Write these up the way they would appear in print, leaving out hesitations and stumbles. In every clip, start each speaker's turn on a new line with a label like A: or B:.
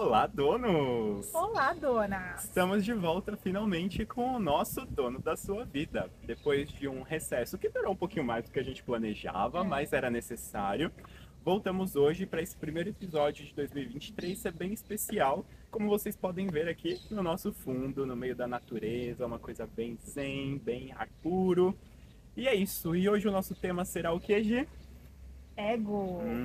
A: Olá, donos!
B: Olá, dona!
A: Estamos de volta finalmente com o nosso dono da sua vida. Depois de um recesso que durou um pouquinho mais do que a gente planejava, mas era necessário. Voltamos hoje para esse primeiro episódio de 2023 ser bem especial, como vocês podem ver aqui no nosso fundo, no meio da natureza, uma coisa bem zen, bem ar puro. E é isso. E hoje o nosso tema será o que, Gi?
B: Ego.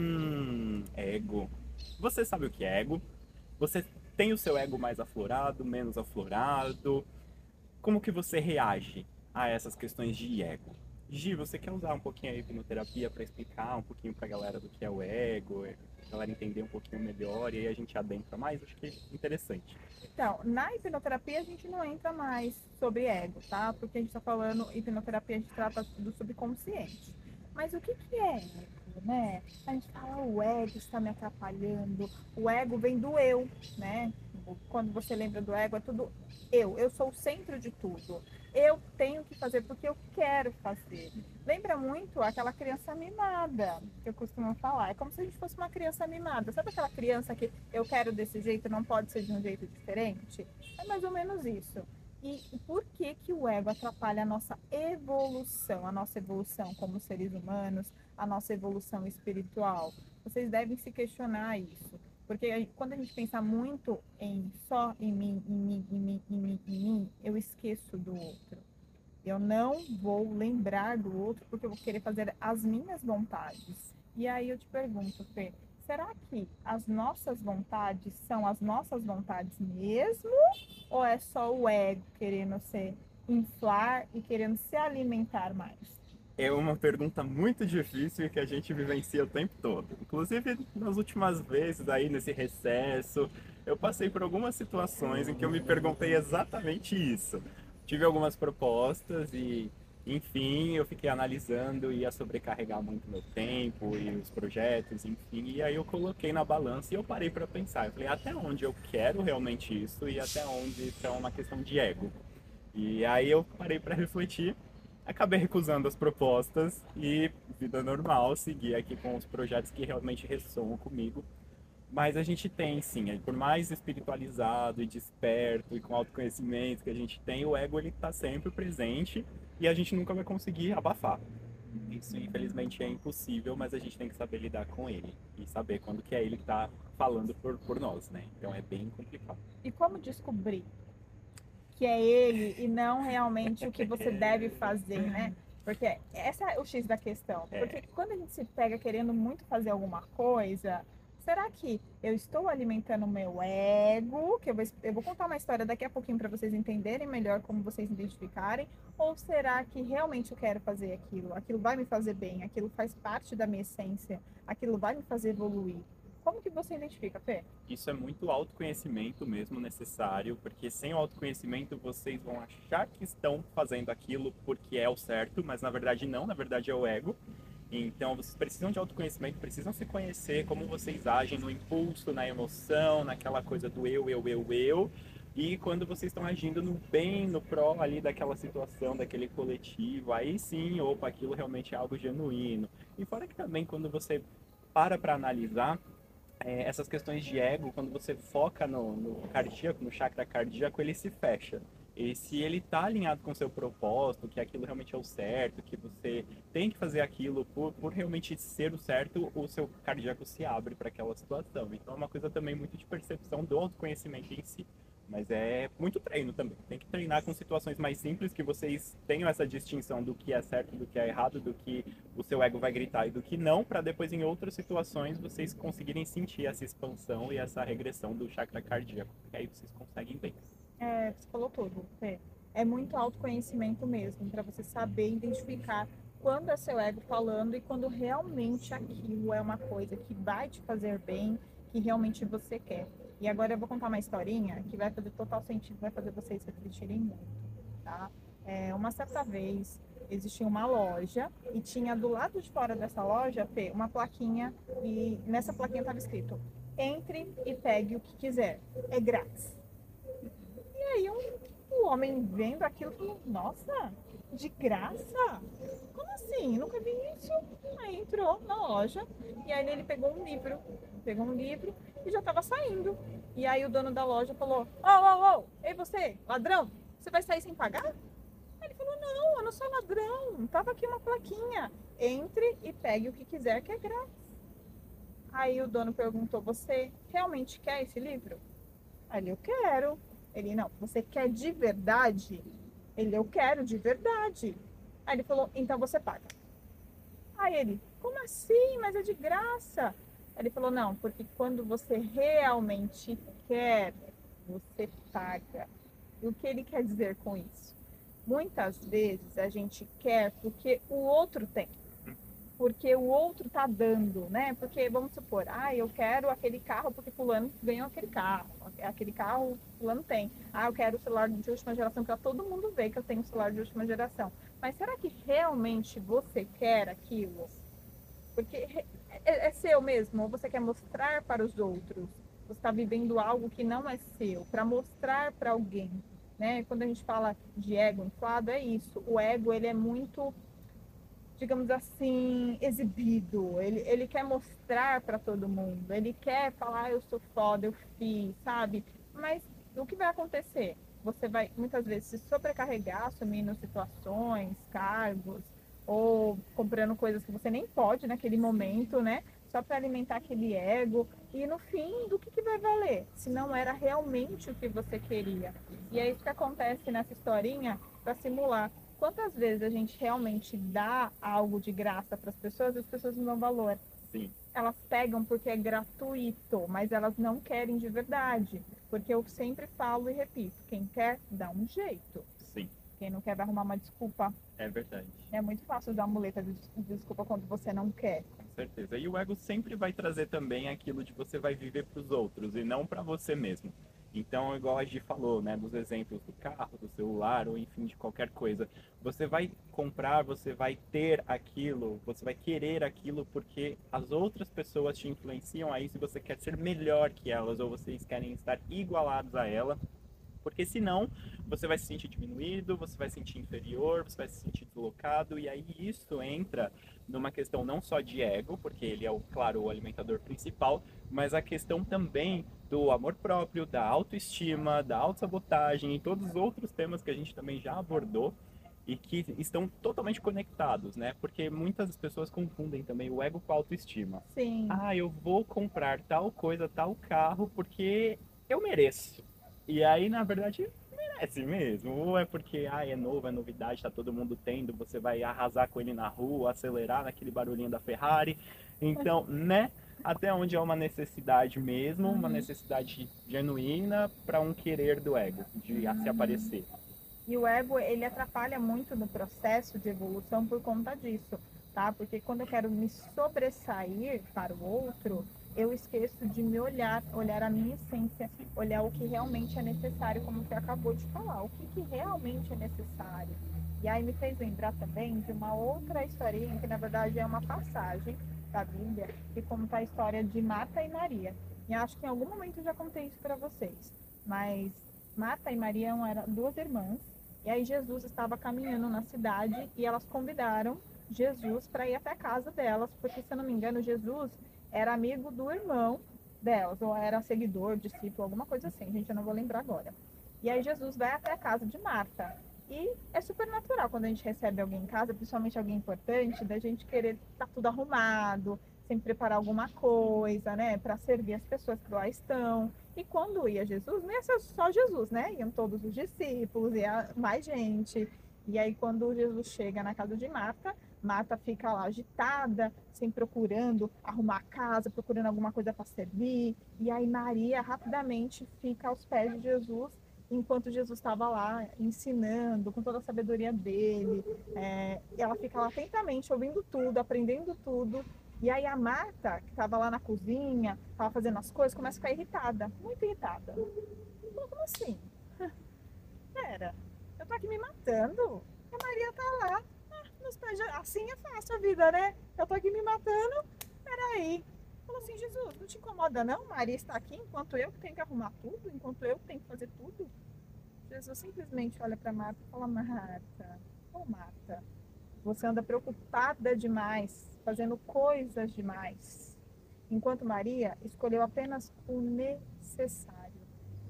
A: Ego. Você sabe o que é ego? Você tem o seu ego mais aflorado, menos aflorado? Como que você reage a essas questões de ego? Gi, você quer usar um pouquinho a hipnoterapia para explicar um pouquinho para a galera do que é o ego, a galera entender um pouquinho melhor e aí a gente adentra mais? Acho que é interessante.
B: Então, na hipnoterapia a gente não entra mais sobre ego, tá? Porque a gente está falando, hipnoterapia a gente trata do subconsciente. Mas o que é ego, né? A gente fala, o ego está me atrapalhando. O ego vem do eu, né? Quando você lembra do ego, é tudo eu sou o centro de tudo. Eu tenho que fazer porque eu quero fazer. Lembra muito aquela criança mimada que eu costumo falar. É como se a gente fosse uma criança mimada. Sabe aquela criança que eu quero desse jeito, não pode ser de um jeito diferente? É mais ou menos isso. E por que que o ego atrapalha a nossa evolução como seres humanos, a nossa evolução espiritual? Vocês devem se questionar isso. Porque quando a gente pensa muito em só em mim, em mim, em mim, em mim, em mim, eu esqueço do outro. Eu não vou lembrar do outro porque eu vou querer fazer as minhas vontades. E aí eu te pergunto, Fê, será que as nossas vontades são as nossas vontades mesmo? Ou é só o ego querendo se inflar e querendo se alimentar mais?
A: É uma pergunta muito difícil e que a gente vivencia o tempo todo. Inclusive, nas últimas vezes aí nesse recesso, eu passei por algumas situações em que eu me perguntei exatamente isso. Tive algumas propostas e, enfim, eu fiquei analisando e ia sobrecarregar muito meu tempo e os projetos, enfim. E aí eu coloquei na balança e eu parei para pensar. Eu falei, até onde eu quero realmente isso e até onde isso é uma questão de ego. E aí eu parei para refletir, acabei recusando as propostas e vida normal, segui aqui com os projetos que realmente ressoam comigo. Mas a gente tem, sim, por mais espiritualizado e desperto e com autoconhecimento que a gente tem, o ego ele está sempre presente e a gente nunca vai conseguir abafar. Isso, infelizmente, é impossível, mas a gente tem que saber lidar com ele e saber quando que é ele que está falando por nós, né? Então é bem complicado.
B: E como descobrir que é ele e não realmente o que você deve fazer, né? Porque essa é o X da questão. Porque quando a gente se pega querendo muito fazer alguma coisa, será que eu estou alimentando o meu ego? Eu vou contar uma história daqui a pouquinho para vocês entenderem melhor como vocês identificarem. Ou será que realmente eu quero fazer aquilo? Aquilo vai me fazer bem? Aquilo faz parte da minha essência? Aquilo vai me fazer evoluir? Como que você identifica, Fê?
A: Isso é muito autoconhecimento mesmo necessário, porque sem o autoconhecimento vocês vão achar que estão fazendo aquilo porque é o certo, mas na verdade não, na verdade é o ego. Então vocês precisam de autoconhecimento, precisam se conhecer, como vocês agem no impulso, na emoção, naquela coisa do eu. E quando vocês estão agindo no bem, no pró ali daquela situação, daquele coletivo, aí sim, opa, aquilo realmente é algo genuíno. E fora que também quando você para analisar, essas questões de ego, quando você foca no cardíaco, no chakra cardíaco, ele se fecha. E se ele está alinhado com o seu propósito, que aquilo realmente é o certo, que você tem que fazer aquilo por realmente ser o certo, o seu cardíaco se abre para aquela situação. Então é uma coisa também muito de percepção do autoconhecimento em si. Mas é muito treino também. Tem que treinar com situações mais simples, que vocês tenham essa distinção do que é certo, do que é errado, do que o seu ego vai gritar e do que não, para depois em outras situações vocês conseguirem sentir essa expansão e essa regressão do chakra cardíaco. E aí vocês conseguem bem.
B: É, você falou tudo, Fê. É muito autoconhecimento mesmo, para você saber identificar quando é seu ego falando e quando realmente aquilo é uma coisa que vai te fazer bem, que realmente você quer. E agora eu vou contar uma historinha que vai fazer total sentido, vai fazer vocês refletirem muito, tá? Uma certa vez existia uma loja e tinha do lado de fora dessa loja, Fê, uma plaquinha e nessa plaquinha estava escrito: entre e pegue o que quiser, é grátis. E aí o homem vendo aquilo falou, nossa, De graça? Como assim? Nunca vi isso. Aí entrou na loja e aí ele pegou um livro e já tava saindo. E aí o dono da loja falou: Ô, ô, ô, ei você, ladrão, você vai sair sem pagar? Aí ele falou: Não, eu não sou ladrão. Tava aqui uma plaquinha. Entre e pegue o que quiser que é grátis. Aí o dono perguntou: Você realmente quer esse livro? Aí ele: Eu quero. Ele: Não, você quer de verdade? Ele: Eu quero de verdade. Aí ele falou: Então você paga. Aí ele: Como assim? Mas é de graça. Aí ele falou: Não, porque quando você realmente quer, você paga. E o que ele quer dizer com isso? Muitas vezes a gente quer porque o outro tem, porque o outro está dando, né? Porque vamos supor, eu quero aquele carro porque fulano ganhou aquele carro fulano tem. Eu quero o celular de última geração, para todo mundo ver que eu tenho um celular de última geração. Mas será que realmente você quer aquilo? Porque é seu mesmo, ou você quer mostrar para os outros? Você está vivendo algo que não é seu, para mostrar para alguém, né? Quando a gente fala de ego inflado, é isso. O ego, ele é muito, digamos assim, exibido. Ele quer mostrar para todo mundo. Ele quer falar: eu sou foda, eu fiz, sabe? Mas o que vai acontecer? Você vai muitas vezes se sobrecarregar, assumindo situações, cargos, ou comprando coisas que você nem pode naquele momento, né? Só para alimentar aquele ego. E no fim, do que vai valer? Se não era realmente o que você queria. E é isso que acontece nessa historinha para simular. Quantas vezes a gente realmente dá algo de graça para as pessoas não dão valor.
A: Sim,
B: Elas pegam porque é gratuito, mas elas não querem de verdade. Porque eu sempre falo e repito: quem quer, dá um jeito.
A: sim,
B: Quem não quer, vai arrumar uma desculpa.
A: é verdade.
B: É muito fácil usar a muleta de desculpa quando você não quer.
A: Com certeza. E o ego sempre vai trazer também aquilo de você vai viver para os outros e não para você mesmo. Então, igual a Gi falou, né, dos exemplos do carro, do celular, ou enfim, de qualquer coisa. Você vai comprar, você vai ter aquilo, você vai querer aquilo porque as outras pessoas te influenciam a isso e você quer ser melhor que elas, ou vocês querem estar igualados a ela. Porque senão você vai se sentir diminuído, você vai se sentir inferior, você vai se sentir deslocado, e aí isso entra numa questão não só de ego, porque ele é, claro, o alimentador principal, mas a questão também do amor próprio, da autoestima, da autossabotagem e todos os outros temas que a gente também já abordou e que estão totalmente conectados, né? Porque muitas pessoas confundem também o ego com a autoestima.
B: Sim.
A: Eu vou comprar tal coisa, tal carro, porque eu mereço. E aí, na verdade, merece mesmo. Ou é porque, é novo, é novidade, tá todo mundo tendo, você vai arrasar com ele na rua, acelerar naquele barulhinho da Ferrari. Então, né? Até onde é uma necessidade mesmo, uma
B: Uhum.
A: necessidade genuína para um querer do ego, de se
B: Uhum.
A: aparecer.
B: E o ego, ele atrapalha muito no processo de evolução por conta disso, tá? Porque quando eu quero me sobressair para o outro, eu esqueço de me olhar, olhar a minha essência, olhar o que realmente é necessário, como você acabou de falar, o que realmente é necessário. E aí me fez lembrar também de uma outra historinha, que na verdade é uma passagem da Bíblia, que conta a história de Marta e Maria. E acho que em algum momento eu já contei isso para vocês, mas Marta e Maria eram duas irmãs, e aí Jesus estava caminhando na cidade e elas convidaram Jesus para ir até a casa delas, porque se eu não me engano, Jesus era amigo do irmão delas, ou era seguidor, discípulo, alguma coisa assim, gente, eu não vou lembrar agora. E aí Jesus vai até a casa de Marta. E é super natural quando a gente recebe alguém em casa, principalmente alguém importante, da gente querer estar tudo arrumado, sempre preparar alguma coisa, né, para servir as pessoas que lá estão. E quando ia Jesus, não ia ser só Jesus, né? Iam todos os discípulos, ia mais gente. E aí, quando Jesus chega na casa de Marta, Marta fica lá agitada, sem procurando arrumar a casa, procurando alguma coisa para servir. E aí, Maria rapidamente fica aos pés de Jesus, enquanto Jesus estava lá ensinando, com toda a sabedoria dele. Ela fica lá atentamente, ouvindo tudo, aprendendo tudo. E aí a Marta, que estava lá na cozinha, estava fazendo as coisas, começa a ficar irritada, muito irritada. Falou: como assim? Pera, eu tô aqui me matando. A Maria tá lá, nos pés assim é fácil a vida, né? Eu tô aqui me matando, peraí. Falou assim: Jesus, não te incomoda não? Maria está aqui enquanto eu que tenho que arrumar tudo, enquanto eu que tenho que fazer tudo. Jesus simplesmente olha para Marta e fala: Marta, Ô, Marta, você anda preocupada demais, fazendo coisas demais. Enquanto Maria escolheu apenas o necessário.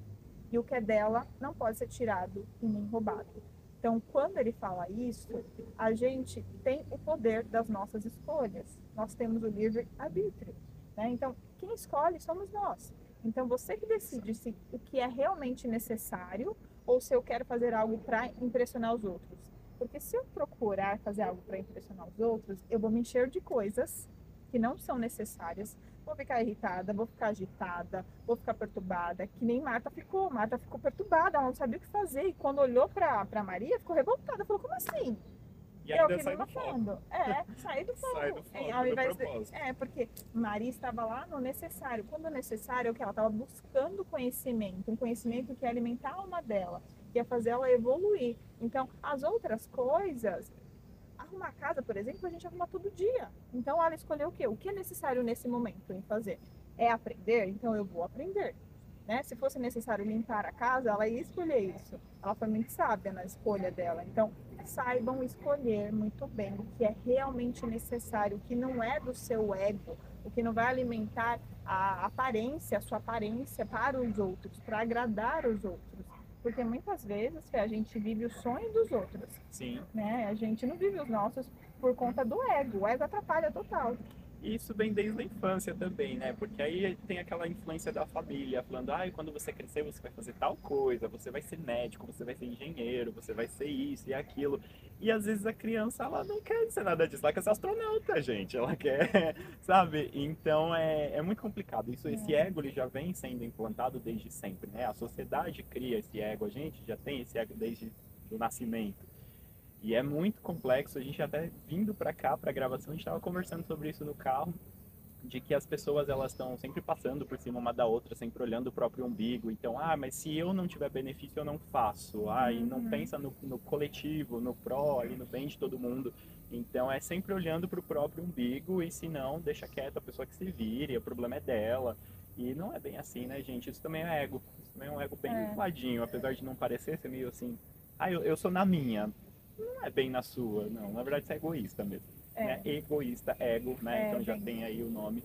B: E o que é dela não pode ser tirado e nem roubado. Então, quando ele fala isso, a gente tem o poder das nossas escolhas. Nós temos o livre-arbítrio. Né? Então, quem escolhe somos nós. Então, você que decide se o que é realmente necessário ou se eu quero fazer algo para impressionar os outros. Porque se eu procurar fazer algo para impressionar os outros, eu vou me encher de coisas que não são necessárias, vou ficar irritada, vou ficar agitada, vou ficar perturbada, que nem Marta ficou. Marta ficou perturbada, ela não sabia o que fazer. E quando olhou para Maria, ficou revoltada. Falou, como assim?
A: E
B: É o
A: ainda
B: que ele
A: sai do
B: está
A: foco.
B: falando. É, sair do
A: Sai
B: foco.
A: do foco,
B: Ao
A: do
B: invés
A: propósito.
B: porque Maria estava lá no necessário. Quando o necessário é o que ela estava buscando conhecimento, um conhecimento que ia alimentar a alma dela, que ia fazer ela evoluir. Então, as outras coisas, arrumar a casa, por exemplo, a gente arruma todo dia. Então ela escolheu o quê? O que é necessário nesse momento em fazer? É aprender? Então eu vou aprender. Né? Se fosse necessário limpar a casa, ela ia escolher isso. Ela foi muito sábia na escolha dela. Então, saibam escolher muito bem o que é realmente necessário, o que não é do seu ego, o que não vai alimentar a aparência, a sua aparência para os outros, para agradar os outros. Porque muitas vezes, Fê, a gente vive o sonho dos outros.
A: Sim.
B: Né? A gente não vive os nossos por conta do ego. O ego atrapalha total.
A: E isso vem desde a infância também, né? Porque aí tem aquela influência da família, falando, quando você crescer você vai fazer tal coisa, você vai ser médico, você vai ser engenheiro, você vai ser isso e aquilo. E às vezes a criança, ela não quer ser nada disso, ela quer ser astronauta, gente. Ela quer, sabe? Então é muito complicado. Esse ego ele já vem sendo implantado desde sempre, né? A sociedade cria esse ego, a gente já tem esse ego desde o nascimento. E é muito complexo. A gente até vindo para cá, para a gravação, a gente estava conversando sobre isso no carro, de que as pessoas elas estão sempre passando por cima uma da outra, sempre olhando o próprio umbigo. Então, mas se eu não tiver benefício, eu não faço. E não pensa no coletivo, no pró, ali no bem de todo mundo. Então, é sempre olhando para o próprio umbigo e se não, deixa quieto a pessoa que se vire, o problema é dela. E não é bem assim, né, gente? Isso também é ego. Isso também é um ego bem infladinho, apesar de não parecer ser meio assim, eu sou na minha. Não é bem na sua, não. Na verdade, você é egoísta mesmo. Né? Egoísta, ego, né? Então já tem aí o nome.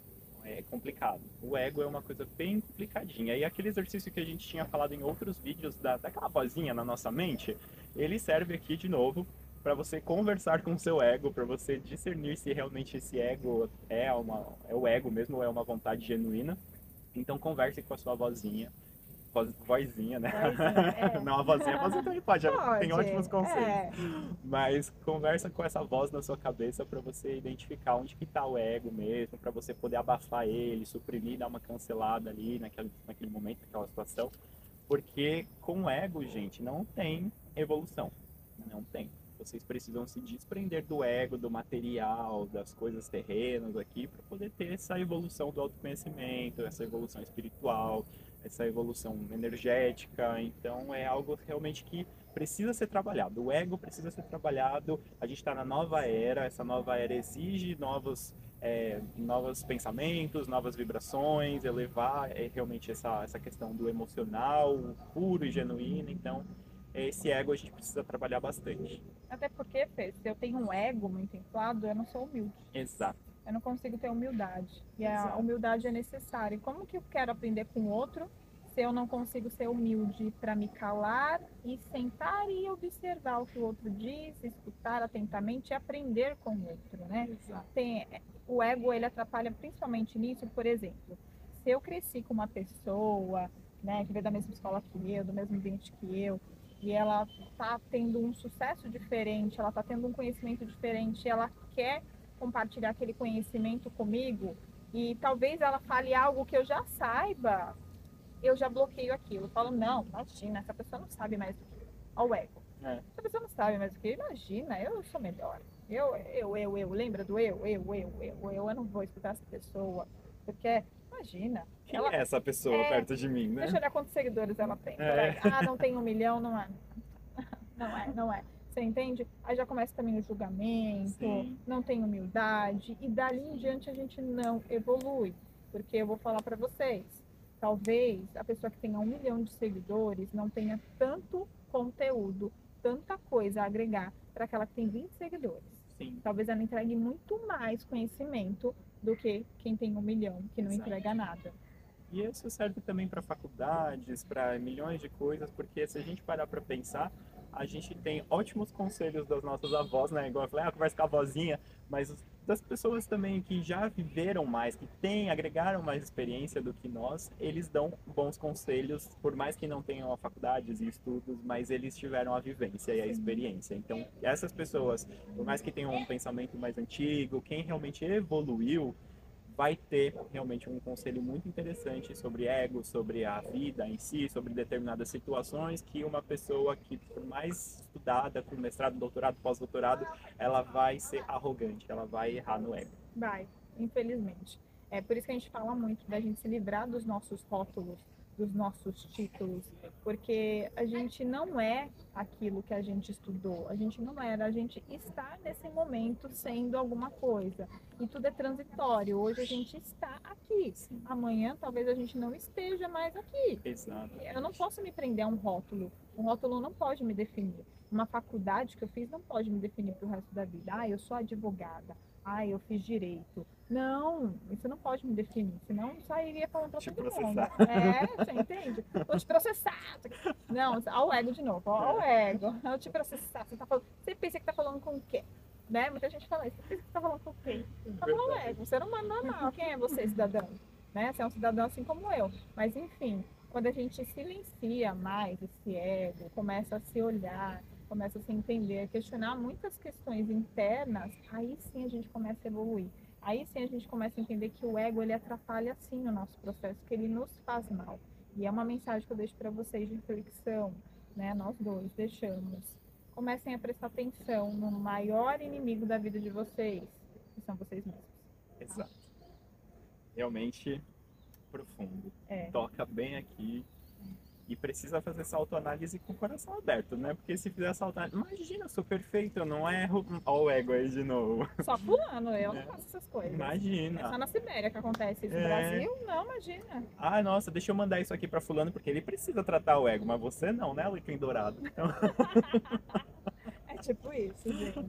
A: É complicado. O ego é uma coisa bem complicadinha. E aquele exercício que a gente tinha falado em outros vídeos daquela vozinha na nossa mente, ele serve aqui de novo para você conversar com o seu ego, para você discernir se realmente esse ego é o ego mesmo ou é uma vontade genuína. Então converse com a sua vozinha, vozinha, né?
B: Vozinha,
A: Não, a vozinha também pode, tem
B: Pode,
A: ótimos conselhos. Mas conversa com essa voz na sua cabeça para você identificar onde que tá o ego mesmo, para você poder abafar ele, suprimir, dar uma cancelada ali naquele momento, naquela situação. Porque com o ego, gente, não tem evolução. Não tem. Vocês precisam se desprender do ego, do material, das coisas terrenas aqui, para poder ter essa evolução do autoconhecimento, essa evolução espiritual, essa evolução energética. Então é algo realmente que precisa ser trabalhado. O ego precisa ser trabalhado. A gente está na nova era. Essa nova era exige novos pensamentos, novas vibrações, elevar realmente essa questão do emocional puro e genuíno. Então esse ego a gente precisa trabalhar bastante.
B: Até porque, Fê, se eu tenho um ego muito inflado, eu não sou humilde.
A: Exato.
B: Eu não consigo ter humildade. E a
A: Exato.
B: humildade é necessária. E como que eu quero aprender com o outro se eu não consigo ser humilde para me calar e sentar e observar o que o outro diz, escutar atentamente e aprender com o outro, né?
A: Exato.
B: O ego, ele atrapalha principalmente nisso, por exemplo, se eu cresci com uma pessoa, né, que veio da mesma escola que eu, do mesmo ambiente que eu, e ela está tendo um sucesso diferente, ela está tendo um conhecimento diferente, ela quer compartilhar aquele conhecimento comigo e talvez ela fale algo que eu já saiba, eu já bloqueio aquilo. Eu falo, não, imagina, essa pessoa não sabe mais do que eu. Olha o ego. Essa pessoa não sabe mais do que eu. Imagina, eu sou melhor. Eu. Lembra do eu não vou escutar essa pessoa. Porque, imagina.
A: Quem é essa pessoa perto de mim, né?
B: Deixa eu olhar quantos seguidores ela tem. Não tem 1 milhão, não é. Não é. Você entende? Aí já começa também o julgamento,
A: Sim.
B: não tem humildade, e dali em diante a gente não evolui. Porque eu vou falar para vocês, talvez a pessoa que tenha 1 milhão de seguidores não tenha tanto conteúdo, tanta coisa a agregar para aquela que tem 20 seguidores.
A: Sim.
B: Talvez ela entregue muito mais conhecimento do que quem tem 1 milhão, que não
A: Exato.
B: entrega nada.
A: E isso serve também para faculdades, para milhões de coisas, porque se a gente parar para pensar, a gente tem ótimos conselhos das nossas avós, né? Igual eu falei, conversa com a vozinha, mas das pessoas também que já viveram mais, que têm, agregaram mais experiência do que nós, eles dão bons conselhos, por mais que não tenham a faculdades e estudos, mas eles tiveram a vivência e a experiência. Então, essas pessoas, por mais que tenham um pensamento mais antigo, quem realmente evoluiu, vai ter realmente um conselho muito interessante sobre ego, sobre a vida em si, sobre determinadas situações que uma pessoa que, por mais estudada, com mestrado, doutorado, pós-doutorado, ela vai ser arrogante, ela vai errar no ego.
B: Vai, infelizmente. É por isso que a gente fala muito da gente se livrar dos nossos rótulos, dos nossos títulos, porque a gente não é aquilo que a gente estudou, a gente não era, a gente está nesse momento sendo alguma coisa. E tudo é transitório. Hoje a gente está aqui, amanhã talvez a gente não esteja mais aqui.
A: Exato.
B: Eu não posso me prender a um rótulo não pode me definir. Uma faculdade que eu fiz não pode me definir para o resto da vida. Ah, eu sou advogada. Ah, eu fiz direito. Não, isso não pode me definir, senão eu sairia falando para todo mundo. Você entende? Vou te processar. Não, ó o ego de novo, ó o ego. Eu vou te processar. Você pensa que tá falando com o quê? Né? Muita gente fala isso. Você pensa que tá falando com o quê? Tá falando ego. Você não manda normal. Quem é você, cidadão? Né? Você é um cidadão assim como eu. Mas enfim, quando a gente silencia mais esse ego, começa a se olhar, começa a se entender, a questionar muitas questões internas, aí sim a gente começa a evoluir. Aí sim a gente começa a entender que o ego, ele atrapalha sim o nosso processo, que ele nos faz mal. E é uma mensagem que eu deixo para vocês de reflexão, né? Nós dois deixamos. Comecem a prestar atenção no maior inimigo da vida de vocês, que são vocês mesmos.
A: Exato. Realmente profundo.
B: É.
A: Toca bem aqui. E precisa fazer essa autoanálise com o coração aberto, né? Porque se fizer essa autoanálise, imagina, eu sou perfeito, eu não erro. Ó o ego aí de novo.
B: Só fulano, eu não faço essas coisas.
A: Imagina.
B: É só na Sibéria que acontece isso. No Brasil, não, imagina.
A: Ah, nossa, deixa eu mandar isso aqui pra fulano, porque ele precisa tratar o ego, mas você não, né, Alecrim Dourado? Então...
B: É tipo isso, gente.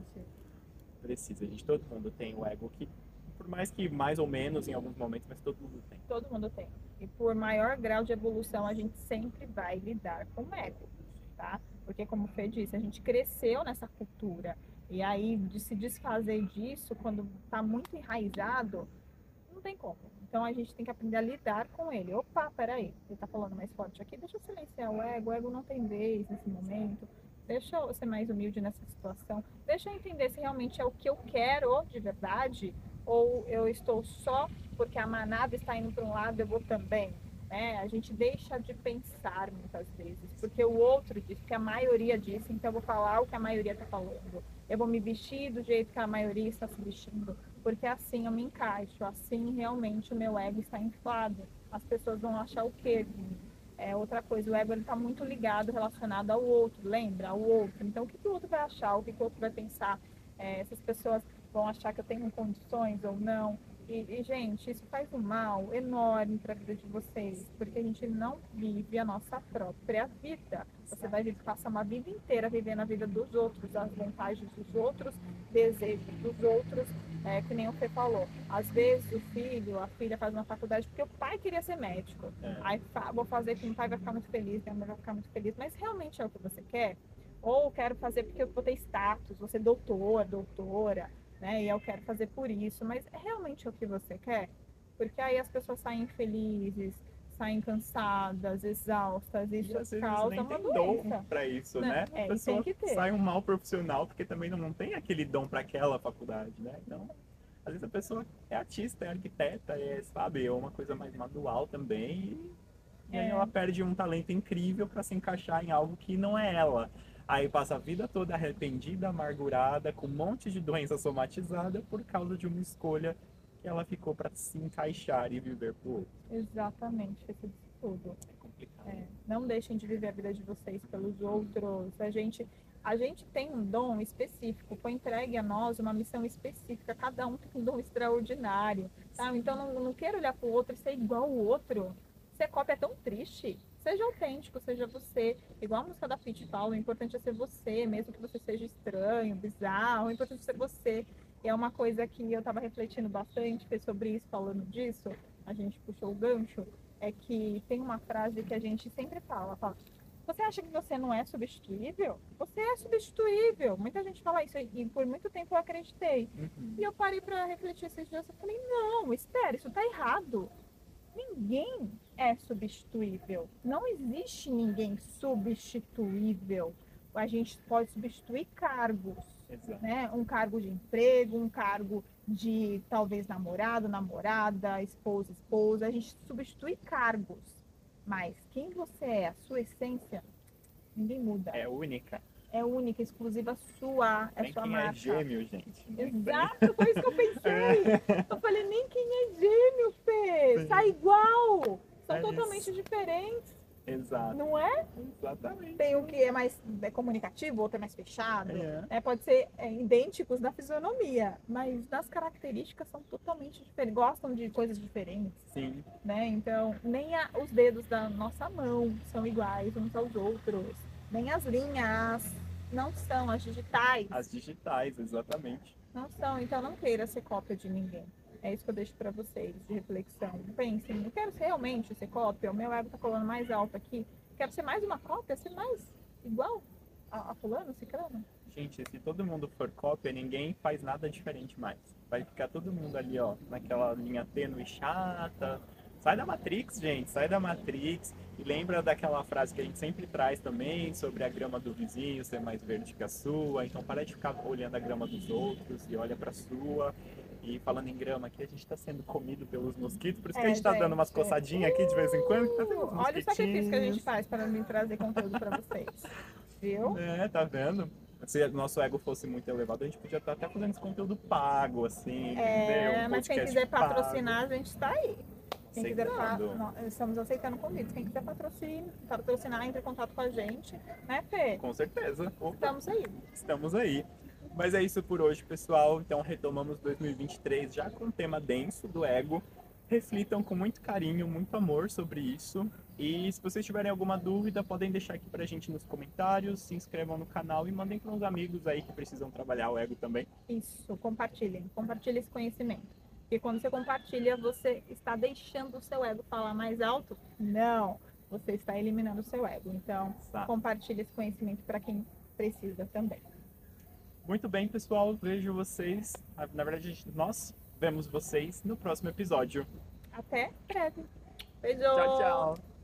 A: Precisa, gente. Todo mundo tem o ego que, por mais que mais ou menos em alguns momentos, mas todo mundo tem.
B: Todo mundo tem. E por maior grau de evolução, a gente sempre vai lidar com o ego, tá? Porque, como o Fê disse, a gente cresceu nessa cultura. E aí, de se desfazer disso, quando tá muito enraizado, não tem como. Então, a gente tem que aprender a lidar com ele. Opa, peraí, ele tá falando mais forte aqui, deixa eu silenciar o ego não tem vez nesse momento. Deixa eu ser mais humilde nessa situação. Deixa eu entender se realmente é o que eu quero de verdade ou eu estou só porque a manada está indo para um lado, eu vou também. Né? A gente deixa de pensar muitas vezes, porque o outro diz, porque a maioria disse, então eu vou falar o que a maioria está falando. Eu vou me vestir do jeito que a maioria está se vestindo, porque assim eu me encaixo, assim realmente o meu ego está inflado. As pessoas vão achar o quê de mim? É outra coisa, o ego está muito ligado, relacionado ao outro, lembra? Ao outro. Então, o que o outro vai achar? O que o outro vai pensar? Essas pessoas vão achar que eu tenho condições ou não? Gente, isso faz um mal enorme para a vida de vocês, porque a gente não vive a nossa própria vida. Você vai passar uma vida inteira vivendo a vida dos outros, as vontades dos outros, desejos dos outros, que nem o Fê falou. Às vezes o filho, a filha faz uma faculdade porque o pai queria ser médico. Aí vou fazer que o pai vai ficar muito feliz, minha mãe vai ficar muito feliz, mas realmente é o que você quer? Ou quero fazer porque eu vou ter status, você doutora, né? E eu quero fazer por isso, mas é realmente o que você quer? Porque aí as pessoas saem infelizes, saem cansadas, exaustas, e isso causa uma doença.
A: Para isso, né?
B: A
A: pessoa
B: tem que ter.
A: sai um mal profissional porque também não tem aquele dom para aquela faculdade, né? Então, às vezes a pessoa é artista, é arquiteta, sabe, é uma coisa mais manual também e aí ela perde um talento incrível para se encaixar em algo que não é ela. Aí passa a vida toda arrependida, amargurada, com um monte de doença somatizada por causa de uma escolha que ela ficou para se encaixar e viver por outro.
B: Exatamente, fez isso tudo.
A: É complicado.
B: Não deixem de viver a vida de vocês pelos outros. A gente tem um dom específico, foi entregue a nós uma missão específica, cada um tem um dom extraordinário. Tá? Então não quero olhar para o outro e ser igual ao outro. Ser cópia é tão triste. Seja autêntico, seja você. Igual a música da Pitty fala, o importante é ser você, mesmo que você seja estranho, bizarro, o importante é ser você. E é uma coisa que eu tava refletindo bastante, foi sobre isso, falando disso, a gente puxou o gancho, é que tem uma frase que a gente sempre fala, você acha que você não é substituível? Você é substituível. Muita gente fala isso e por muito tempo eu acreditei. E eu parei para refletir esses dias e falei, não, espera, isso tá errado. Ninguém é substituível. Não existe ninguém substituível. A gente pode substituir cargos,
A: Exato.
B: né? Um cargo de emprego, um cargo de talvez namorado, namorada, esposa, esposa. A gente substitui cargos. Mas quem você é, a sua essência, ninguém muda.
A: É única.
B: É única, exclusiva sua, é
A: Nem
B: sua
A: quem
B: marca.
A: é gêmeo, gente.
B: Exato, foi isso que eu pensei. Eu falei, nem quem é gêmeo, Fê.
A: Sim.
B: Sai igual. São
A: É
B: totalmente
A: isso.
B: diferentes,
A: Exato.
B: não é?
A: Exatamente.
B: Tem o que é mais comunicativo, outro é mais fechado.
A: É.
B: Né? Pode ser idênticos na fisionomia, mas nas características são totalmente diferentes. Gostam de coisas diferentes,
A: Sim.
B: né? Então, nem os dedos da nossa mão são iguais uns aos outros. Nem as linhas não são, as digitais.
A: As digitais, exatamente.
B: Não são, então não queira ser cópia de ninguém. É isso que eu deixo para vocês de reflexão. Pensem, eu quero realmente ser cópia, o meu ego tá falando mais alto aqui. Quero ser mais uma cópia, ser mais igual a fulano, ciclano.
A: Gente, se todo mundo for cópia, ninguém faz nada diferente mais. Vai ficar todo mundo ali, ó, naquela linha tênue e chata. Sai da Matrix, gente, sai da Matrix. E lembra daquela frase que a gente sempre traz também sobre a grama do vizinho ser mais verde que a sua. Então para de ficar olhando a grama dos outros e olha pra sua. E falando em grama aqui, a gente tá sendo comido pelos mosquitos, por isso que a gente tá dando umas coçadinhas aqui de vez em quando. Que tá tendo uns
B: Olha o sacrifício que a gente
A: mosquitinhos.
B: faz para me trazer conteúdo para vocês. Viu?
A: É, tá vendo? Se o nosso ego fosse muito elevado, a gente podia estar até fazendo esse conteúdo pago, assim, entendeu? Um
B: Mas quem
A: podcast
B: quiser
A: pago.
B: patrocinar, a gente está aí. Quem quiser
A: Aceitando.
B: estamos aceitando convites. Quem quiser patrocinar, entre em contato com a gente, né, Fê?
A: Com certeza. Opa,
B: Estamos aí.
A: estamos aí. Mas é isso por hoje, pessoal. Então retomamos 2023 já com um tema denso do ego. Reflitam com muito carinho, muito amor sobre isso. E se vocês tiverem alguma dúvida, podem deixar aqui pra gente nos comentários, se inscrevam no canal e mandem para uns amigos aí que precisam trabalhar o ego também.
B: Isso, compartilhem esse conhecimento. Porque quando você compartilha, você está deixando o seu ego falar mais alto? Não, você está eliminando o seu ego. Então,
A: Tá.
B: compartilhe esse conhecimento para quem precisa também.
A: Muito bem, pessoal. Vejo vocês. Na verdade, nós vemos vocês no próximo episódio.
B: Até breve. Beijo!
A: Tchau, tchau.